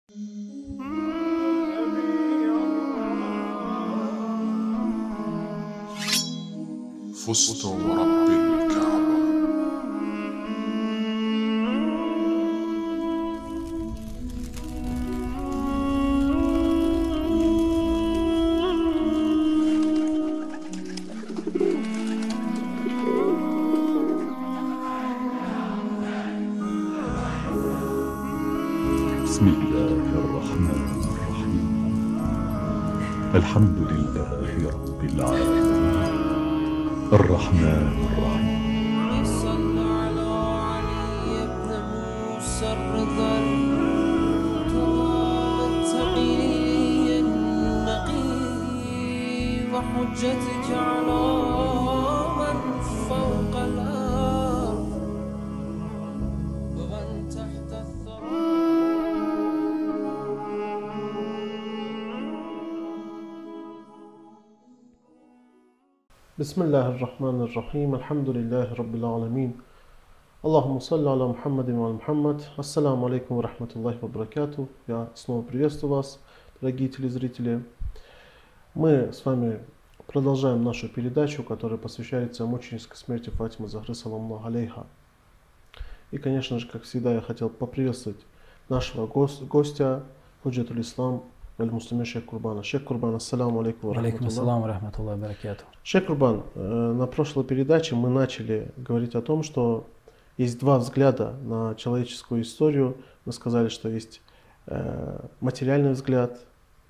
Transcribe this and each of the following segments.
فزت ورب الكعبة. بسم الله الرحمن الرحيم. الحمد لله رب العالمين الرحمن الرحيم. صلى على علي بن موسى الرضا التقي النقي وحجتك على من فوق الأرض ومن تحت الثرى. بسم الله الرحمن الرحيم. الحمد لله رب العالمين. Аллахумма салли аля Мухаммадин ва Мухаммад. Ассаламу алейкум ва рахматуллахи ва баракату. Я снова приветствую вас, дорогие телезрители. Мы с вами продолжаем нашу передачу, которая посвящается мученической смерти Фатимы Захры саллаллаху алейха. И, конечно же, как всегда, я хотел поприветствовать нашего гостя, Худжатуль Ислам аль-Муслимин Шейх Курбана. Шейх Курбан, ассаламу алейкум ва Алейкум рахматуллах. ассалам ва рахматуллахи ва баракату. Шейх Курбан, на прошлой передаче мы начали говорить о том, что есть два взгляда на человеческую историю. Мы сказали, что есть материальный взгляд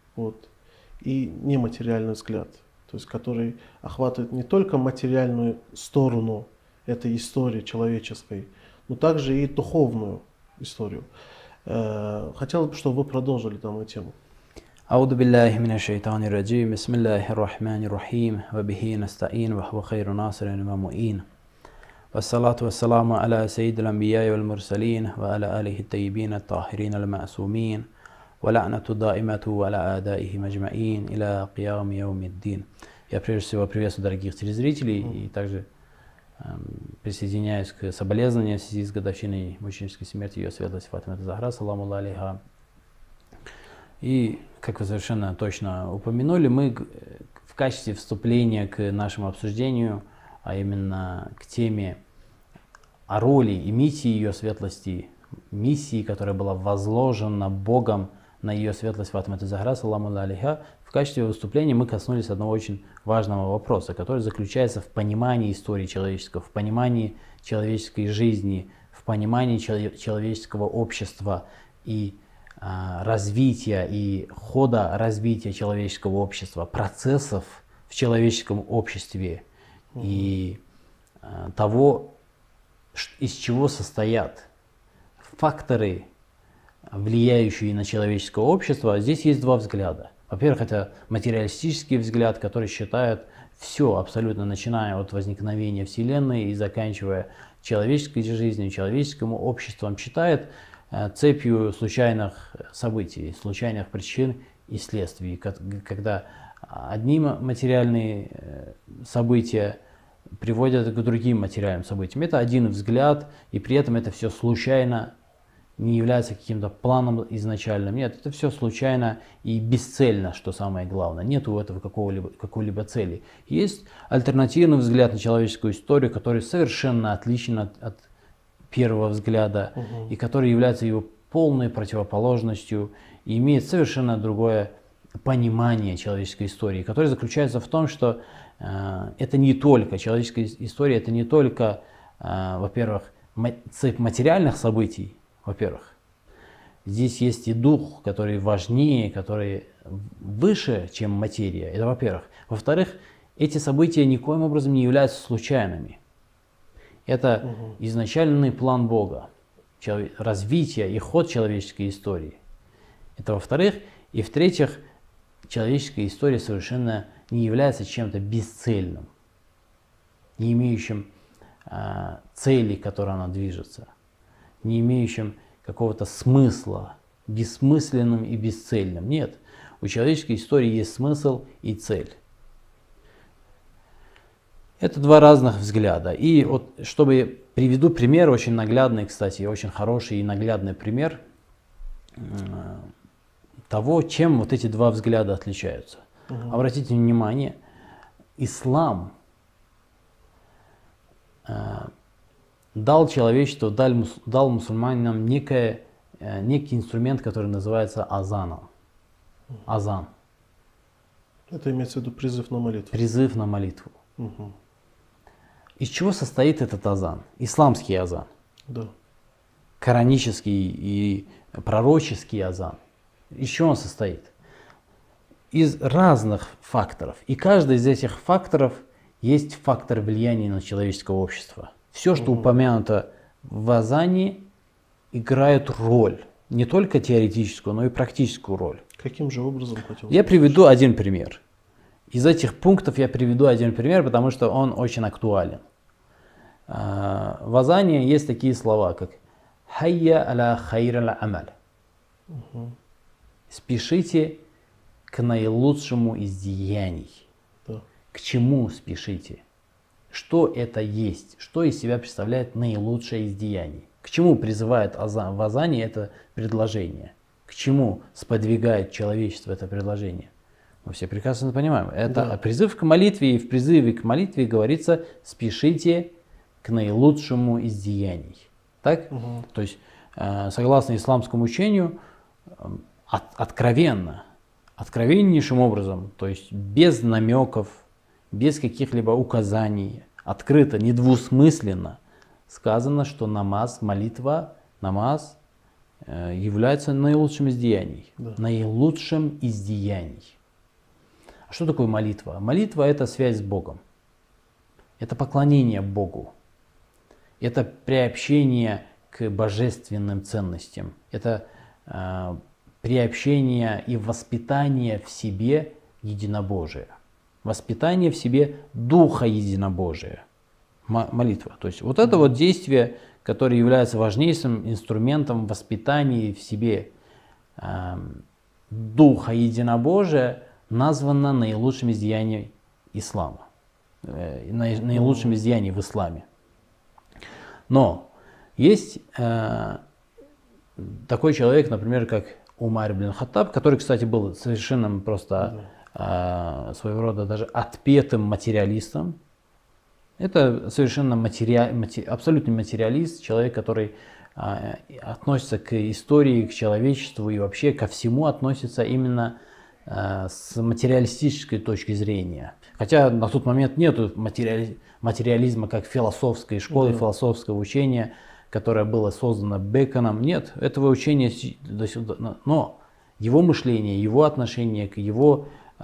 и нематериальный взгляд, то есть который охватывает не только материальную сторону этой истории человеческой, но также и духовную историю. Хотел бы, чтобы вы продолжили данную тему. أعوذ بالله من الشيطان الرجيم بسم الله الرحمن الرحيم وبه نستعين وهو خير ناصر ومعين والصلاة والسلام على سيد الأنبياء والمرسلين وعلى آله الطيبين الطاهرين المعصومين ولعنة دائمة على أعدائهم أجمعين إلى قيام يوم الدين. Я прежде всего приветствую дорогих телезрителей и также присоединяюсь к соболезнованиям в связи с годовщиной мученической смерти ее светлости Фатимы Захра салламу алейха. И, как вы совершенно точно упомянули, мы в качестве вступления к нашему обсуждению, а именно к теме о роли и миссии ее светлости, миссии, которая была возложена Богом на ее светлость Фатима Захра, салламу алейха, в качестве выступления мы коснулись одного очень важного вопроса, который заключается в понимании истории человеческого, в понимании человеческой жизни, в понимании человеческого общества и развития и хода развития человеческого общества, процессов в человеческом обществе и того, из чего состоят факторы, влияющие на человеческое общество. Здесь есть два взгляда. Во-первых, это материалистический взгляд, который считает все абсолютно, начиная от возникновения Вселенной и заканчивая человеческой жизнью, человеческим обществом, считает цепью случайных событий, случайных причин и следствий, когда одни материальные события приводят к другим материальным событиям. Это один взгляд, и при этом это все случайно, не является каким-то планом изначальным. Нет, это все случайно и бесцельно, что самое главное. Нет у этого какой-либо цели. Есть альтернативный взгляд на человеческую историю, который совершенно отличен от первого взгляда, и который является его полной противоположностью и имеет совершенно другое понимание человеческой истории, которое заключается в том, что это не только человеческая история, это не только, во-первых, цепь материальных событий, во-первых. Здесь есть и дух, который важнее, который выше, чем материя. Это во-первых. Во-вторых, эти события никоим образом не являются случайными. Это изначальный план Бога, развитие и ход человеческой истории. Это во-вторых. И в-третьих, человеческая история совершенно не является чем-то бесцельным, не имеющим цели, к которой она движется, не имеющим какого-то смысла, бессмысленным и бесцельным. Нет, у человеческой истории есть смысл и цель. Это два разных взгляда. И вот, чтобы приведу пример, очень наглядный, кстати, очень хороший и наглядный пример того, чем вот эти два взгляда отличаются. Обратите внимание, ислам дал человечеству, дал мусульманам некий инструмент, который называется азаном. Азан. Это имеется в виду призыв на молитву. Призыв на молитву. Мгм. Из чего состоит этот азан? Исламский азан. Да. Коранический и пророческий азан. Из чего он состоит? Из разных факторов. И каждый из этих факторов есть фактор влияния на человеческое общество. Все, что упомянуто в азане, играет роль. Не только теоретическую, но и практическую роль. Каким же образом хотел? Я приведу один пример. Из этих пунктов я приведу один пример, потому что он очень актуален. В азане есть такие слова, как «Хайя аля хайр амаль». Спешите к наилучшему из деяний. Да. К чему спешите? Что это есть? Что из себя представляет наилучшее из деяний? К чему призывает азан? В азане это предложение? К чему сподвигает человечество это предложение? Мы все прекрасно понимаем. Это призыв к молитве, и в призыве к молитве говорится «спешите к наилучшему из деяний». Так? То есть, согласно исламскому учению, откровеннейшим образом, то есть без намеков, без каких-либо указаний, открыто, недвусмысленно сказано, что намаз, молитва, намаз является наилучшим из деяний. Да. Наилучшим из деяний. А что такое молитва? Молитва – это связь с Богом. Это поклонение Богу. Это приобщение к божественным ценностям. Это приобщение и воспитание в себе единобожия. Воспитание в себе духа единобожия. Молитва. То есть вот это вот действие, которое является важнейшим инструментом воспитания в себе духа единобожия, названо наилучшим из деяний ислама. Наилучшим из деяний в исламе. Но есть такой человек, например, как Умар ибн Хаттаб, который, кстати, был совершенно просто своего рода даже отпетым материалистом. Это совершенно абсолютный материалист, человек, который относится к истории, к человечеству и вообще ко всему относится именно с материалистической точки зрения. Хотя на тот момент нет материализма как философской школы, философского учения, которое было создано Беконом. Нет, этого учения до сюда. Но его мышление, его отношение к его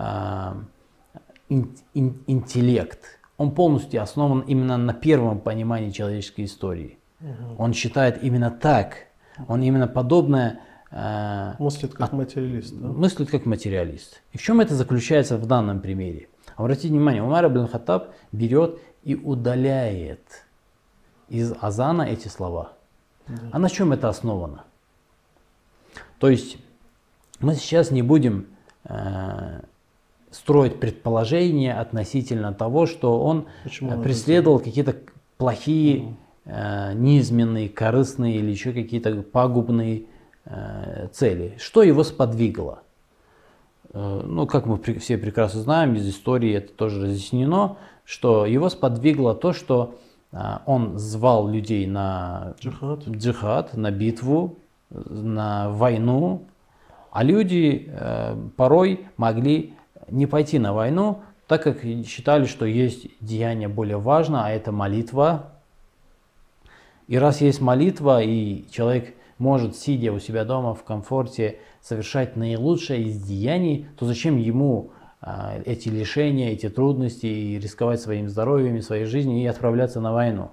интеллект, он полностью основан именно на первом понимании человеческой истории. Он считает именно так, он именно подобное мыслит как материалист. Да? Мыслит как материалист. И в чем это заключается в данном примере? Обратите внимание, Умар ибн Хаттаб берет и удаляет из азана эти слова. А на чем это основано? То есть мы сейчас не будем строить предположения относительно того, что он преследовал какие-то плохие, низменные, корыстные или еще какие-то пагубные цели. Что его сподвигло? Ну, как мы все прекрасно знаем, из истории это тоже разъяснено, что его сподвигло то, что он звал людей на джихад, на битву, на войну, а люди порой могли не пойти на войну, так как считали, что есть деяние более важное, а это молитва. И раз есть молитва, и человек может, сидя у себя дома в комфорте, совершать наилучшее из деяний, то зачем ему эти лишения, эти трудности, и рисковать своим здоровьем, своей жизнью и отправляться на войну?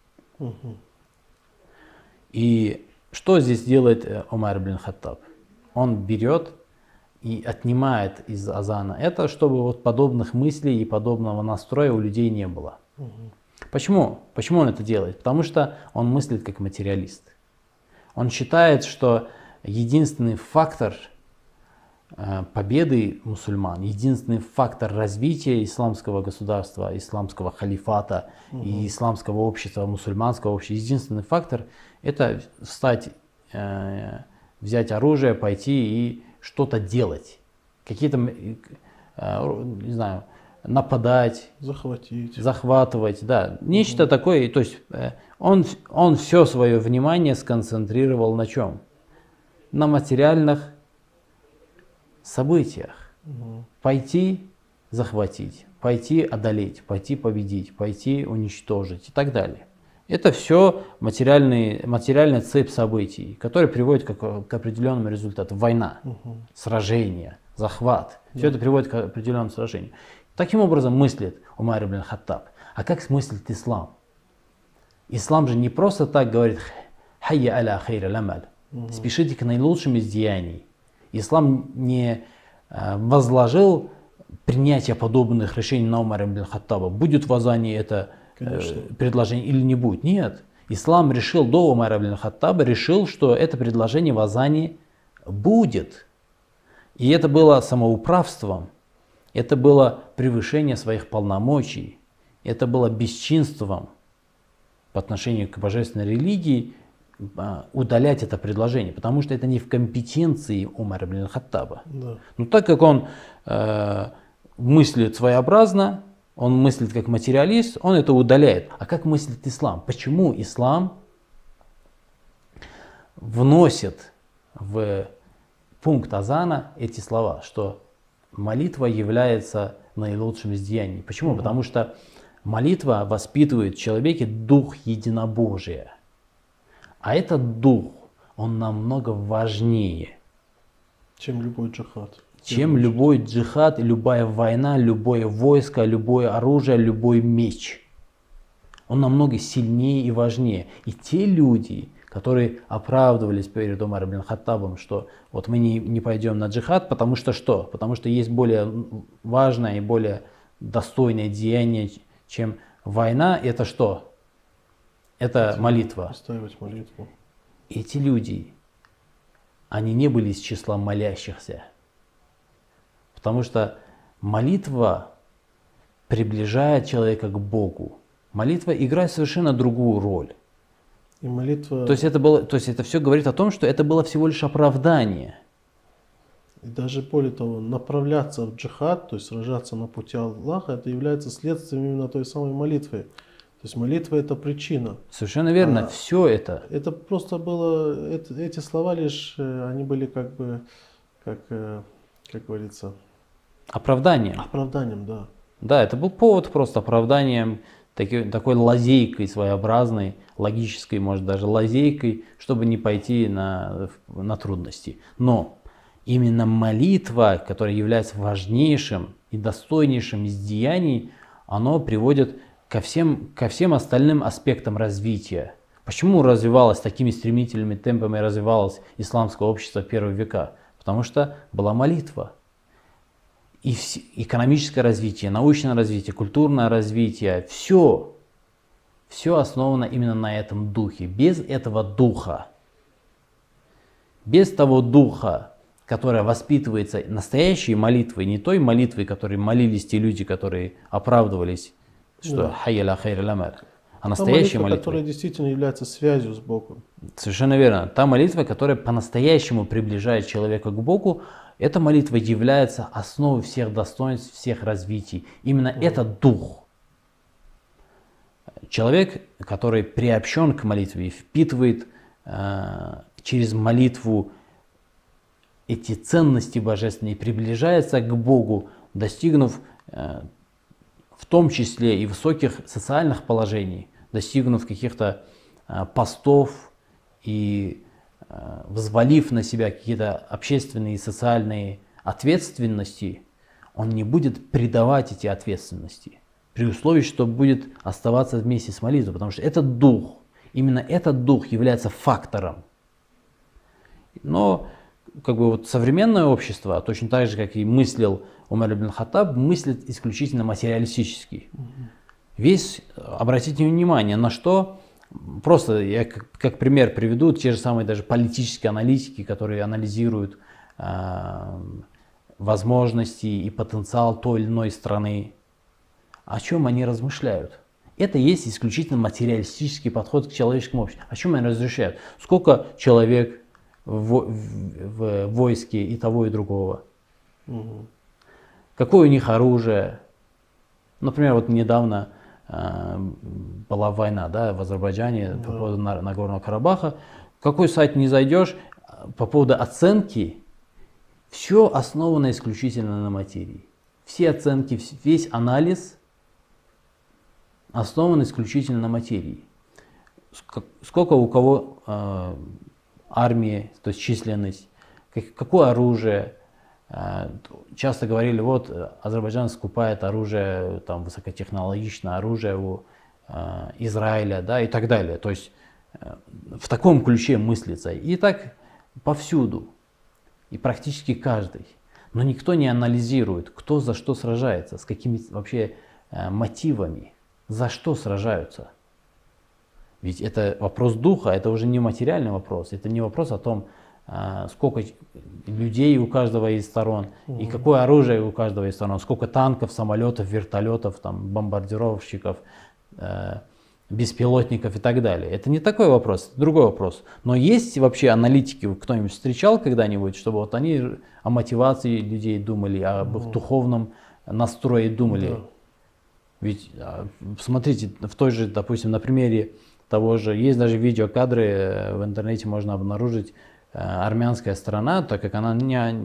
И что здесь делает Умар ибн Хаттаб? Он берет и отнимает из азана это, чтобы вот подобных мыслей и подобного настроя у людей не было. Почему? Почему он это делает? Потому что он мыслит как материалист. Он считает, что единственный фактор победы мусульман, единственный фактор развития исламского государства, исламского халифата и исламского общества, мусульманского общества, единственный фактор — это встать, взять оружие, пойти и что-то делать, какие-то, не знаю, нападать, захватывать, да, нечто такое. То есть он все свое внимание сконцентрировал на чем? На материальных событиях. Пойти захватить, пойти одолеть, пойти победить, пойти уничтожить и так далее. Это все материальная цепь событий, которая приводит к определенному результату. Война, сражение, захват. Все это приводит к определенному сражению. Таким образом мыслит Умар ибн Хаттаб. А как мыслит ислам? Ислам же не просто так говорит «Хайя аля хайра ламаль». Спешите к наилучшим из деяний. Ислам не возложил принятие подобных решений на Умара ибн Хаттаба. Будет в Азане это предложение или не будет? Нет. Ислам решил до Умара ибн Хаттаба, решил, что это предложение в Азане будет. И это было самоуправством, это было превышение своих полномочий, это было бесчинством по отношению к божественной религии удалять это предложение, потому что это не в компетенции Умара ибн Хаттаба. Да. Но так как он мыслит своеобразно, он мыслит как материалист, он это удаляет. А как мыслит ислам? Почему ислам вносит в пункт азана эти слова, что молитва является наилучшим из деяний? Почему? Потому что молитва воспитывает в человеке дух единобожия. А этот дух, он намного важнее, чем любой джихад. Чем любой джихад, любая война, любое войско, любое оружие, любой меч. Он намного сильнее и важнее. И те люди, которые оправдывались перед Умаром ибн Хаттабом, что вот мы не пойдем на джихад, потому что что? Потому что есть более важное и более достойное деяние, чем война. Это что? Это молитва. Поставить молитву. Эти люди, они не были из числа молящихся. Потому что молитва приближает человека к Богу. Молитва играет совершенно другую роль. И молитва... То есть это все говорит о том, что это было всего лишь оправдание. И даже более того, направляться в джихад, то есть сражаться на пути Аллаха, это является следствием именно той самой молитвы. То есть молитва — это причина. Совершенно верно, все это. Это просто было, эти слова лишь, они были как бы, как говорится... Оправданием. Оправданием, да. Да, это был повод просто оправданием, такой лазейкой своеобразной, логической, может даже лазейкой, чтобы не пойти на трудности. Но именно молитва, которая является важнейшим и достойнейшим из деяний, оно приводит ко всем остальным аспектам развития. Почему развивалось такими стремительными темпами, развивалось исламское общество в первые века? Потому что была молитва. И экономическое развитие, научное развитие, культурное развитие, все основано именно на этом духе. Без этого духа, без того духа, который воспитывается настоящей молитвой, не той молитвой, которой молились те люди, которые оправдывались, что «Хайя ля хайр ламар», а настоящая молитва, которая действительно является связью с Богом. Совершенно верно. Та молитва, которая по-настоящему приближает человека к Богу, эта молитва является основой всех достоинств, всех развитий. Именно этот дух. Человек, который приобщен к молитве и впитывает через молитву эти ценности божественные, приближается к Богу, достигнув в том числе и высоких социальных положений, достигнув каких-то постов и взвалив на себя какие-то общественные и социальные ответственности, он не будет предавать эти ответственности, при условии, что будет оставаться вместе с молитвой, потому что этот дух, именно этот дух является фактором. Но как бы вот современное общество, точно так же, как и мыслил Умар ибн Хаттаб, мыслит исключительно материалистически. Обратите внимание, на что. Просто я как пример приведу те же самые даже политические аналитики, которые анализируют возможности и потенциал той или иной страны. О чем они размышляют? Это есть исключительно материалистический подход к человеческому обществу. О чем они размышляют? Сколько человек в войске и того, и другого. Мгм. Какое у них оружие. Например, вот недавно была война, да, в Азербайджане по поводу Нагорного Карабаха. Какой сайт не зайдешь, по поводу оценки, все основано исключительно на материи. Все оценки, весь анализ основан исключительно на материи. Сколько у кого армии, то есть численность, какое оружие. Часто говорили, вот Азербайджан скупает оружие, там высокотехнологичное оружие у Израиля, да, и так далее. То есть в таком ключе мыслится. И так повсюду. И практически каждый. Но никто не анализирует, кто за что сражается, с какими вообще мотивами, за что сражаются. Ведь это вопрос духа, это уже не материальный вопрос, это не вопрос о том, сколько людей у каждого из сторон, и какое оружие у каждого из сторон, сколько танков, самолетов, вертолетов, там, бомбардировщиков, беспилотников и так далее. Это не такой вопрос, это другой вопрос. Но есть вообще аналитики, кто-нибудь встречал когда-нибудь, чтобы вот они о мотивации людей думали, об их духовном настрое думали? Да. Ведь, смотрите, в той же, допустим, на примере того же, есть даже видеокадры, в интернете можно обнаружить, армянская сторона, так как она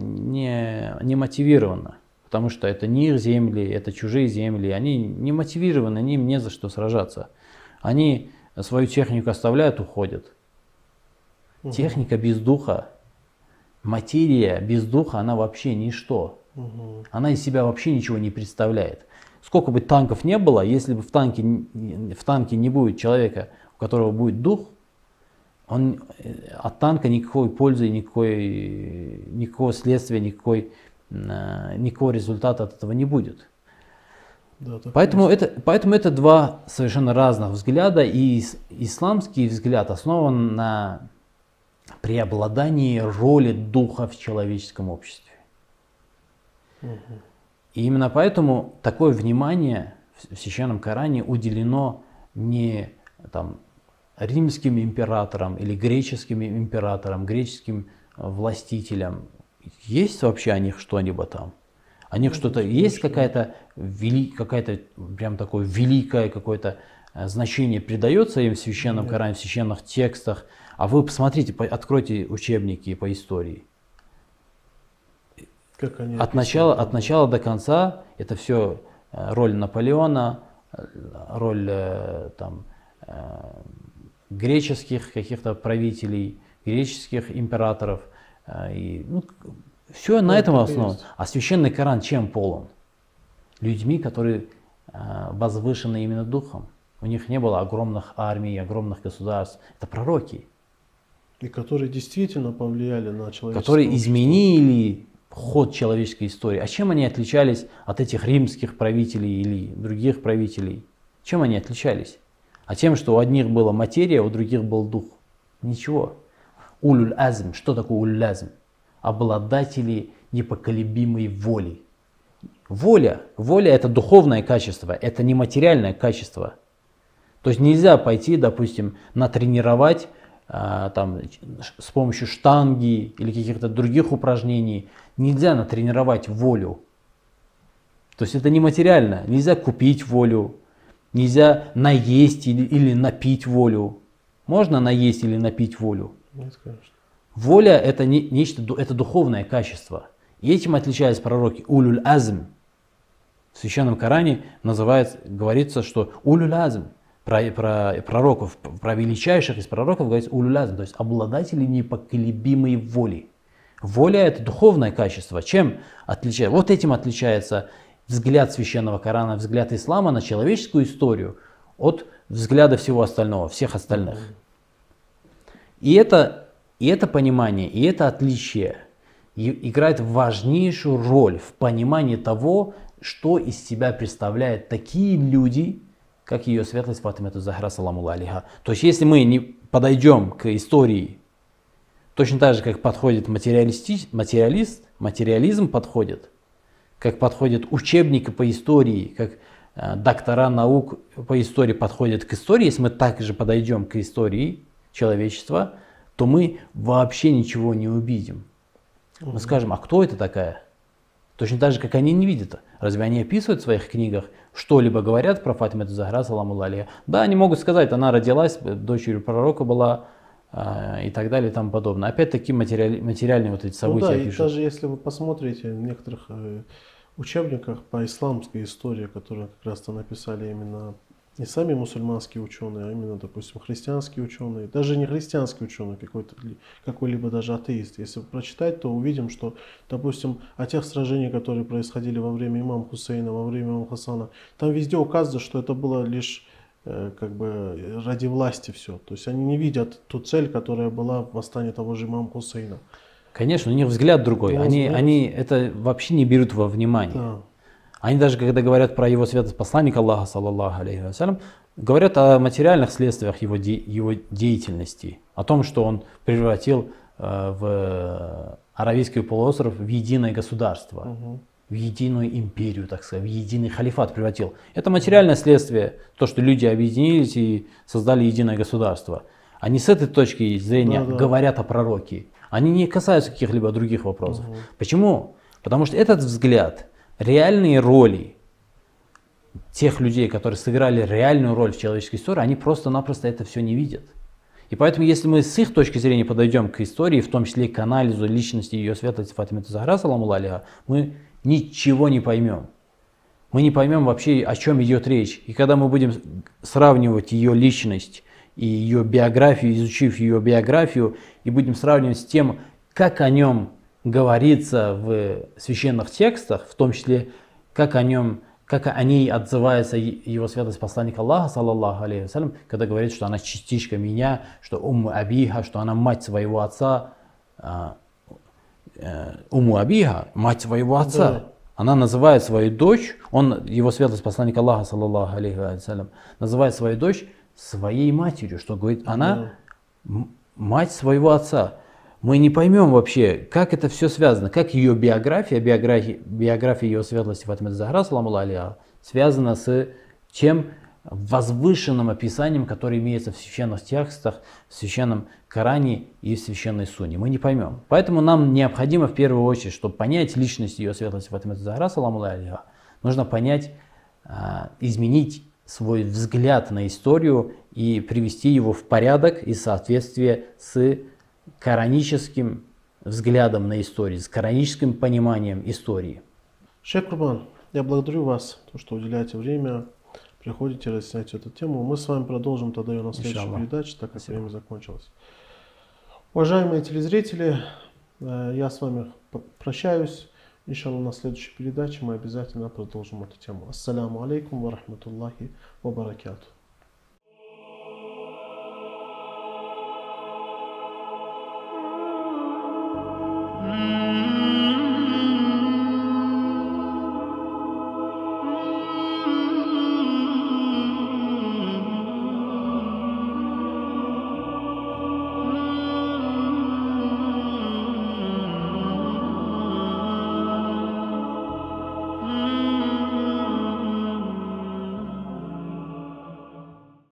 не мотивирована. Потому что это не их земли, это чужие земли, они не мотивированы, им не за что сражаться. Они свою технику оставляют, уходят. Техника без духа, материя без духа, она вообще ничто. Она из себя вообще ничего не представляет. Сколько бы танков не было, если бы в танке не будет человека, у которого будет дух, он от танка никакой пользы, никакого следствия, никакого результата от этого не будет. Да, Поэтому это два совершенно разных взгляда, и исламский взгляд основан на преобладании роли духа в человеческом обществе. И именно поэтому такое внимание в Священном Коране уделено не там, римским императорам или греческим императорам, греческим властителям. Есть вообще о них что-либо там? О них что-то есть, какая-то прям такое великое какое-то значение придается им в Священном Коране, в священных текстах. А вы посмотрите, откройте учебники по истории. Как они От начала до конца это все роль Наполеона, роль греческих каких-то правителей, греческих императоров. Все на этом основано. А священный Коран чем полон? Людьми, которые возвышены именно духом. У них не было огромных армий, огромных государств. Это пророки. И которые действительно повлияли на человечество. Которые изменили ход человеческой истории. А чем они отличались от этих римских правителей или других правителей? Чем они отличались? А тем, что у одних была материя, у других был дух. Ничего. Улюль азм. Что такое улюль азм? Обладатели непоколебимой воли. Воля это духовное качество, это не материальное качество. То есть нельзя пойти, допустим, натренировать с помощью штанги или каких-то других упражнений. Нельзя натренировать волю. То есть это не материально. Нельзя купить волю. Нельзя наесть или напить волю. Можно наесть или напить волю? Нет, конечно. Воля это нечто, это духовное качество. И этим отличались пророки. Улюль азм. В Священном Коране говорится, что улюль азм. Про пророков, про величайших из пророков говорится улюль азм, то есть обладатели непоколебимой воли. Воля это духовное качество. Чем отличается? Вот этим отличается взгляд Священного Корана, взгляд ислама на человеческую историю от взгляда всего остального, всех остальных. И это понимание, и это отличие играет важнейшую роль в понимании того, что из себя представляют такие люди, как ее светлость Фатима Захра, саламу алейха. То есть если мы не подойдем к истории точно так же, как подходит материализм подходит, как подходит учебники по истории, как доктора наук по истории подходят к истории, если мы также подойдем к истории человечества, то мы вообще ничего не увидим. Мы скажем, а кто это такая? Точно так же, как они не видят. Разве они описывают в своих книгах, что-либо говорят про Фатиму Захра, саламу алейха? Да, они могут сказать, она родилась, дочерью пророка была, и так далее и тому подобное. Опять-таки материальные вот эти события Ну да, пишут. и даже если вы посмотрите в некоторых учебниках по исламской истории, которые как раз-то написали именно не сами мусульманские ученые, а именно, допустим, христианские ученые, даже не христианские ученые, какой-либо даже атеист. Если прочитать, то увидим, что, допустим, о тех сражениях, которые происходили во время имама Хусейна, во время имама Хасана, там везде указано, что это было лишь как бы ради власти все. То есть они не видят ту цель, которая была в восстании того же имама Хусейна. Конечно, у них взгляд другой. Ну, Они это вообще не берут во внимание. Да. Они даже, когда говорят про его святость посланника Аллаха, саллаллаху алейхи вассалям, говорят о материальных следствиях его деятельности, о том, что он превратил в Аравийский полуостров в единое государство, в единую империю, так сказать, в единый халифат превратил. Это материальное следствие, то, что люди объединились и создали единое государство. Они с этой точки зрения говорят о пророке. Они не касаются каких-либо других вопросов. Почему? Потому что этот взгляд, реальные роли тех людей, которые сыграли реальную роль в человеческой истории, они просто-напросто это все не видят. И поэтому, если мы с их точки зрения подойдем к истории, в том числе и к анализу личности ее светлости Фатимы Захра, саламу алейха, мы ничего не поймем. Мы не поймем вообще, о чем идет речь. И когда мы будем сравнивать ее личность и ее биографию, изучив ее биографию, и будем сравнивать с тем, как о нем говорится в священных текстах, в том числе, как о ней отзывается его святость посланник Аллаха, саллаллаху алейхи вассалям, когда говорит, что она частичка меня, что умму абиха, что она мать своего отца, умму абиха, мать своего отца. Да. Она называет свою дочь, его святость посланник Аллаха, саллаллаху алейхи вассалям, называет свою дочь своей матерью, что говорит, она мать своего отца. Мы не поймем вообще, как это все связано, как ее биография ее светлости Фатимы Захра, саламу алейха, связана с тем возвышенным описанием, которое имеется в священных текстах, в священном Коране и в священной Сунне. Мы не поймем. Поэтому нам необходимо в первую очередь, чтобы понять личность ее светлости Фатимы Захра, саламу алейха, нужно понять, изменить свой взгляд на историю и привести его в порядок и соответствие с кораническим взглядом на историю, с кораническим пониманием истории. Шейх Курбан, я благодарю вас, то, что уделяете время, приходите разъяснять эту тему. Мы с вами продолжим тогда ее на следующей передаче, так как время закончилось. Уважаемые телезрители, я с вами прощаюсь. Иншаллах, на следующей передаче мы обязательно продолжим эту тему. Ассаляму алейкум ва рахматуллахи ва баракату.